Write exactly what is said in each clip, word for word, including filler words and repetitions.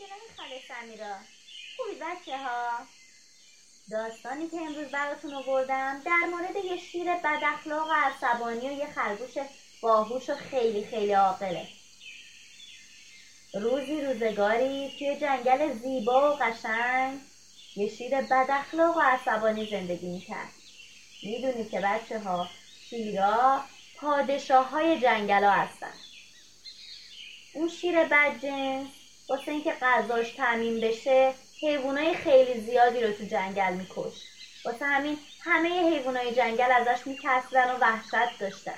چطوری خاله سمیرا؟ خوبی بچه ها؟ داستانی که امروز براتون آوردم در مورد یه شیر بد اخلاق و عصبانی و یه خرگوش باهوش و خیلی خیلی عاقله. روزی روزگاری توی جنگل زیبا و قشنگ یه شیر بد اخلاق و عصبانی زندگی میکرد. میدونی که بچه ها شیرا پادشاه های جنگل ها هستن. اون شیر بدجنس واسه اینکه غذاش تامین بشه حیوانای خیلی زیادی رو تو جنگل میکش. واسه همین همه حیوانای جنگل ازش میترسیدن و وحشت داشتن.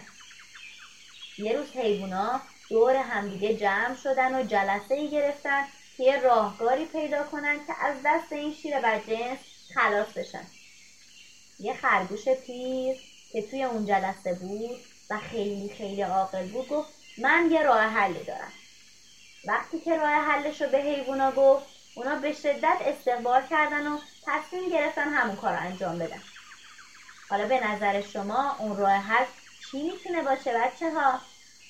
یه روز حیوونا دور همدیگه جمع شدن و جلسه‌ای گرفتن که یه راهکاری پیدا کنن که از دست این شیر بدجنس خلاص بشن. یه خرگوش پیر که توی اون جلسه بود و خیلی خیلی عاقل بود گفت من یه راه حلی دارم. وقتی که راه حلش رو به حیوونا گفت اونا به شدت استقبال کردن و تصمیم گرفتن همون کار رو انجام بدن. حالا به نظر شما اون راه حل چی میتونه باشه بچه ها؟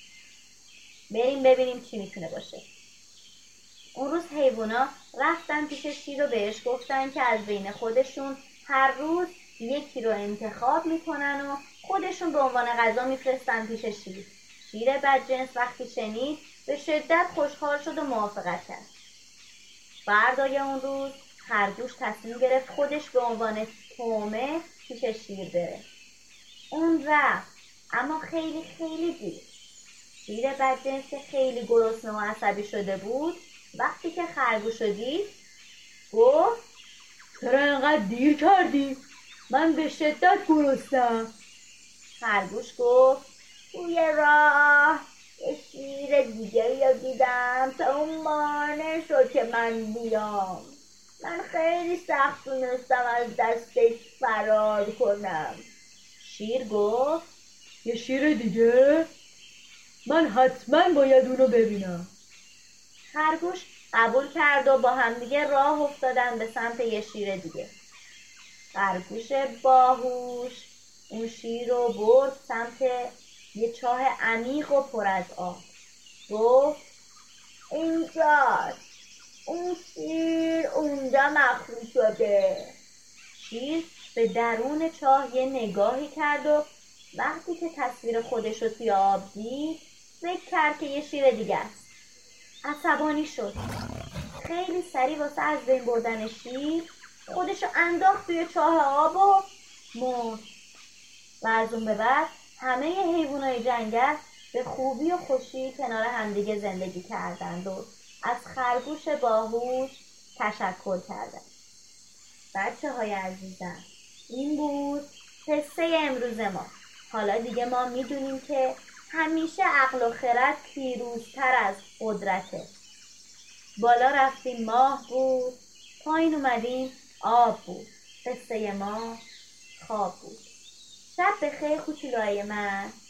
بریم ببینیم چی میتونه باشه. اون روز حیوونا رفتن پیش شیر و بهش گفتن که از بین خودشون هر روز یکی رو انتخاب میکنن و خودشون به عنوان غذا میفرستن پیش شیر. شیر بدجنس وقتی شنید به شدت خوشحال شد و موافقت کرد. فردای اون روز خرگوش تصمیم گرفت خودش به عنوان طعمه پیش شیر بره. اون رفت اما خیلی خیلی دیر. شیر بدجنس که خیلی گرسنه و عصبی شده بود وقتی که خرگوش رو دید گفت چرا اینقدر دیر کردی؟ من به شدت گرسنه‌ام. خرگوش گفت توی راه یه شیر دیگری رو دیدم تا اون مانع شد که من بیام. من خیلی سخت تونستم از دستش فرار کنم. شیر گفت یه شیر دیگه؟ من حتما باید اونو ببینم. خرگوش قبول کرد و با همدیگه راه افتادن به سمت یه شیر دیگه. خرگوش باهوش اون شیر رو برد سمت یه چاه عمیق و پر از آب. گفت اینجاست. اون شیر اونجا مخفی شده. شیر به درون چاه یه نگاهی کرد و وقتی که تصویر خودش رو توی آب دید فکر کرد که یه شیر دیگه است. عصبانی شد. خیلی سریع واسه از بین بردن شیر خودش رو انداخت توی چاه آب و مرد. و از اون به بعد همه حیوانای جنگل به خوبی و خوشی کنار همدیگه زندگی کردند و از خرگوش باهوش تشکر کردند. بچه های عزیزم این بود قصه امروز ما. حالا دیگه ما میدونیم که همیشه عقل و خرد پیروزتر از قدرته. بالا رفتیم ماه بود، پایین اومدیم آب بود. قصه ما خواب بود. شب بخیر کوچولوهای من.